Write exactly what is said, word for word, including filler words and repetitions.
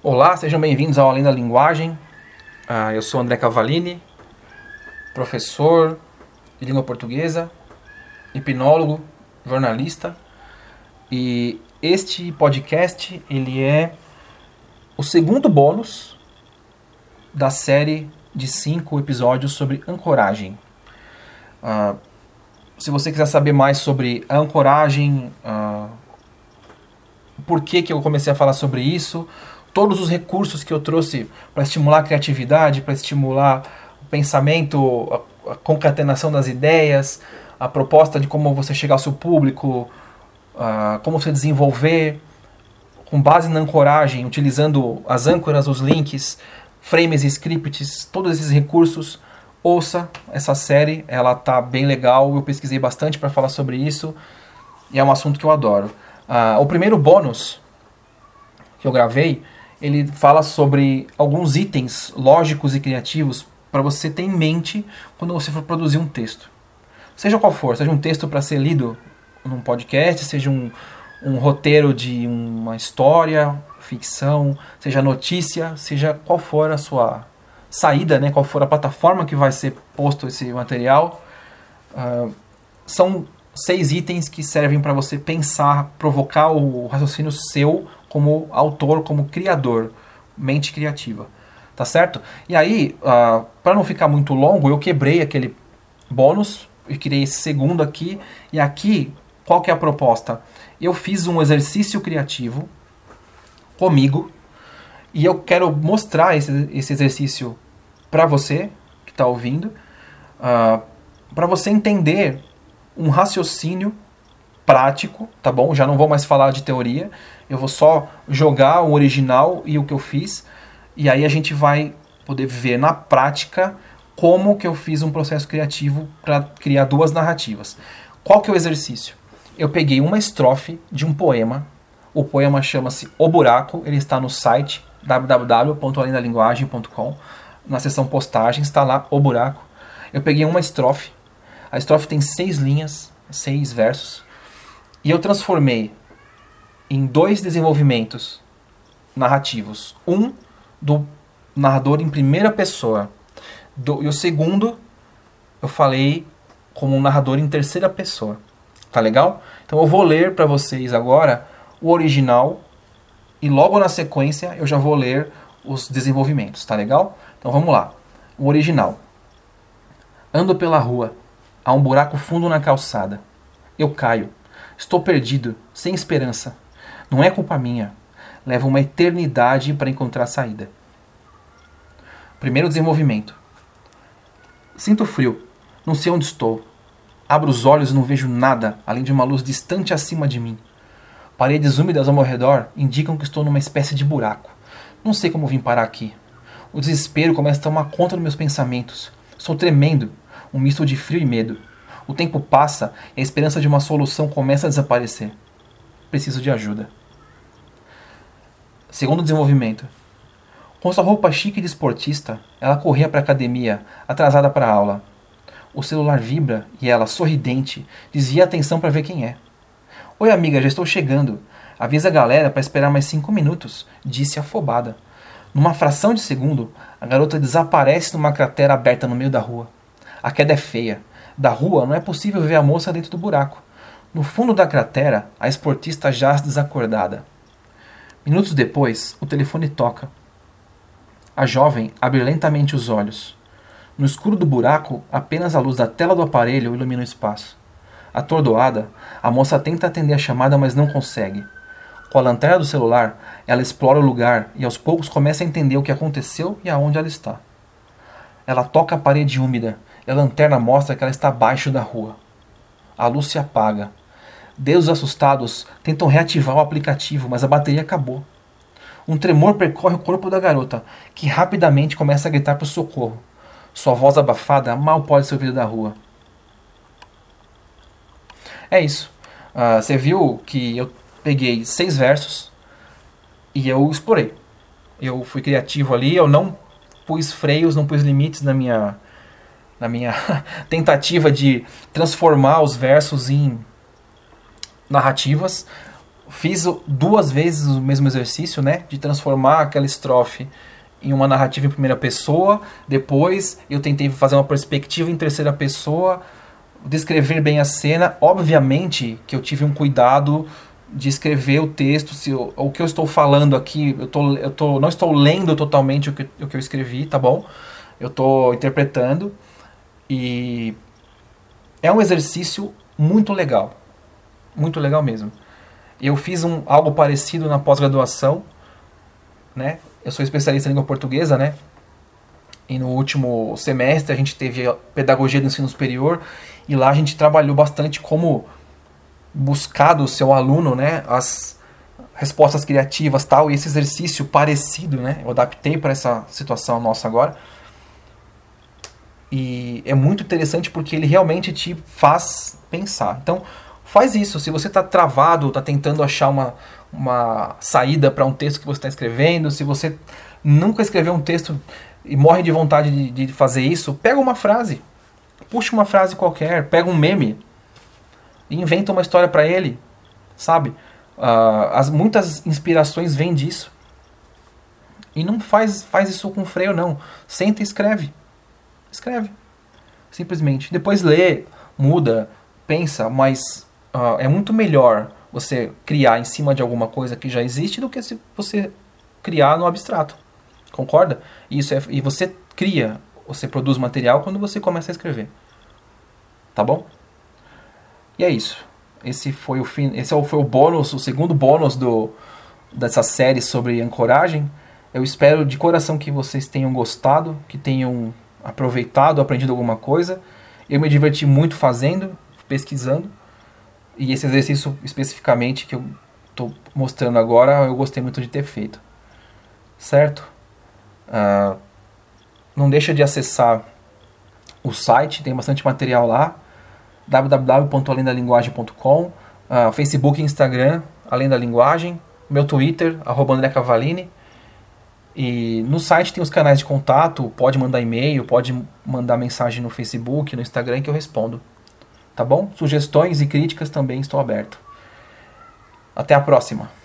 Olá, sejam bem-vindos ao Além da Linguagem. Ah, eu sou André Cavalini, professor de língua portuguesa, hipnólogo, jornalista. E este podcast ele é o segundo bônus da série de cinco episódios sobre ancoragem. Ah, se você quiser saber mais sobre a ancoragem, ah, por que, que eu comecei a falar sobre isso, todos os recursos que eu trouxe para estimular a criatividade, para estimular o pensamento, a, a concatenação das ideias, a proposta de como você chegar ao seu público, uh, como você desenvolver, com base na ancoragem, utilizando as âncoras, os links, frames e scripts, todos esses recursos. Ouça essa série, ela tá bem legal, eu pesquisei bastante para falar sobre isso e é um assunto que eu adoro. Uh, o primeiro bônus que eu gravei, ele fala sobre alguns itens lógicos e criativos para você ter em mente quando você for produzir um texto. Seja qual for, seja um texto para ser lido num podcast, seja um, um roteiro de uma história, ficção, seja notícia, seja qual for a sua saída, né, qual for a plataforma que vai ser posto esse material, uh, são seis itens que servem para você pensar, provocar o raciocínio seu como autor, como criador, mente criativa, tá certo? E aí, uh, para não ficar muito longo, eu quebrei aquele bônus e criei esse segundo aqui. E aqui, qual que é a proposta? Eu fiz um exercício criativo comigo e eu quero mostrar esse, esse exercício para você que está ouvindo, uh, para você entender um raciocínio prático, tá bom? Já não vou mais falar de teoria, eu vou só jogar o original e o que eu fiz, e aí a gente vai poder ver na prática como que eu fiz um processo criativo para criar duas narrativas. Qual que é o exercício? Eu peguei uma estrofe de um poema, o poema chama-se O Buraco, ele está no site w w w ponto além da linguagem ponto com, na seção postagens está lá O Buraco. Eu peguei uma estrofe, a estrofe tem seis linhas, seis versos, e eu transformei em dois desenvolvimentos narrativos. Um do narrador em primeira pessoa, do, e o segundo eu falei como um narrador em terceira pessoa. Tá legal? Então eu vou ler para vocês agora o original e logo na sequência eu já vou ler os desenvolvimentos. Tá legal? Então vamos lá. O original. Ando pela rua. Há um buraco fundo na calçada. Eu caio. Estou perdido, sem esperança. Não é culpa minha. Leva uma eternidade para encontrar saída. Primeiro desenvolvimento. Sinto frio. Não sei onde estou. Abro os olhos e não vejo nada, além de uma luz distante acima de mim. Paredes úmidas ao meu redor indicam que estou numa espécie de buraco. Não sei como vim parar aqui. O desespero começa a tomar conta dos meus pensamentos. Estou tremendo. Um misto de frio e medo. O tempo passa e a esperança de uma solução começa a desaparecer. Preciso de ajuda. Segundo desenvolvimento. Com sua roupa chique de esportista, ela corria para a academia, atrasada para a aula. O celular vibra e ela, sorridente, desvia a atenção para ver quem é. Oi amiga, já estou chegando. Avisa a galera para esperar mais cinco minutos, disse afobada. Numa fração de segundo, a garota desaparece numa cratera aberta no meio da rua. A queda é feia. Da rua não é possível ver a moça dentro do buraco. No fundo da cratera, a esportista jaz desacordada. Minutos depois, o telefone toca. A jovem abre lentamente os olhos. No escuro do buraco, apenas a luz da tela do aparelho ilumina o espaço. Atordoada, a moça tenta atender a chamada, mas não consegue. Com a lanterna do celular, ela explora o lugar e aos poucos começa a entender o que aconteceu e aonde ela está. Ela toca a parede úmida e a lanterna mostra que ela está abaixo da rua. A luz se apaga. Deus assustados tentam reativar o aplicativo, mas a bateria acabou. Um tremor percorre o corpo da garota, que rapidamente começa a gritar por socorro. Sua voz abafada mal pode ser ouvida da rua. É isso. Uh, você viu que eu peguei seis versos e eu explorei. Eu fui criativo ali, eu não pus freios, não pus limites na minha... na minha tentativa de transformar os versos em narrativas. fiz duas vezes o mesmo exercício, né, de transformar aquela estrofe em uma narrativa em primeira pessoa. Depois eu tentei fazer uma perspectiva em terceira pessoa, descrever bem a cena. Obviamente que eu tive um cuidado de escrever o texto, se eu, o que eu estou falando aqui, eu, tô, eu tô, não estou lendo totalmente o que, o que eu escrevi, tá bom? Eu estou interpretando, e é um exercício muito legal, muito legal mesmo. Eu fiz um, algo parecido na pós-graduação, né? Eu sou especialista em língua portuguesa, né? E no último semestre a gente teve a pedagogia do ensino superior, e lá a gente trabalhou bastante como buscar do seu aluno, né, as respostas criativas, tal, e esse exercício parecido, né, eu adaptei para essa situação nossa agora. E é muito interessante porque ele realmente te faz pensar. Então, faz isso. Se você está travado, está tentando achar uma, uma saída para um texto que você está escrevendo, se você nunca escreveu um texto e morre de vontade de, de fazer isso, pega uma frase, puxa uma frase qualquer, pega um meme e inventa uma história para ele, sabe? Uh, as, muitas inspirações vêm disso. E não faz, faz isso com freio, não. Senta e escreve. Escreve. Simplesmente. Depois lê, muda, pensa, mas uh, é muito melhor você criar em cima de alguma coisa que já existe do que se você criar no abstrato. Concorda? Isso é, e você cria, você produz material quando você começa a escrever. Tá bom? E é isso. Esse foi o fim, esse foi o bônus, o segundo bônus do, dessa série sobre ancoragem. Eu espero de coração que vocês tenham gostado, que tenham aproveitado, aprendido alguma coisa. Eu me diverti muito fazendo, pesquisando. E esse exercício especificamente que eu estou mostrando agora, eu gostei muito de ter feito. Certo? Uh, não deixa de acessar o site, tem bastante material lá. w w w ponto além da linguagem ponto com, uh, Facebook e Instagram, Além da Linguagem, meu Twitter, arroba André Cavalini. E no site tem os canais de contato, pode mandar e-mail, pode mandar mensagem no Facebook, no Instagram, que eu respondo. Tá bom? Sugestões e críticas também estou aberto. Até a próxima.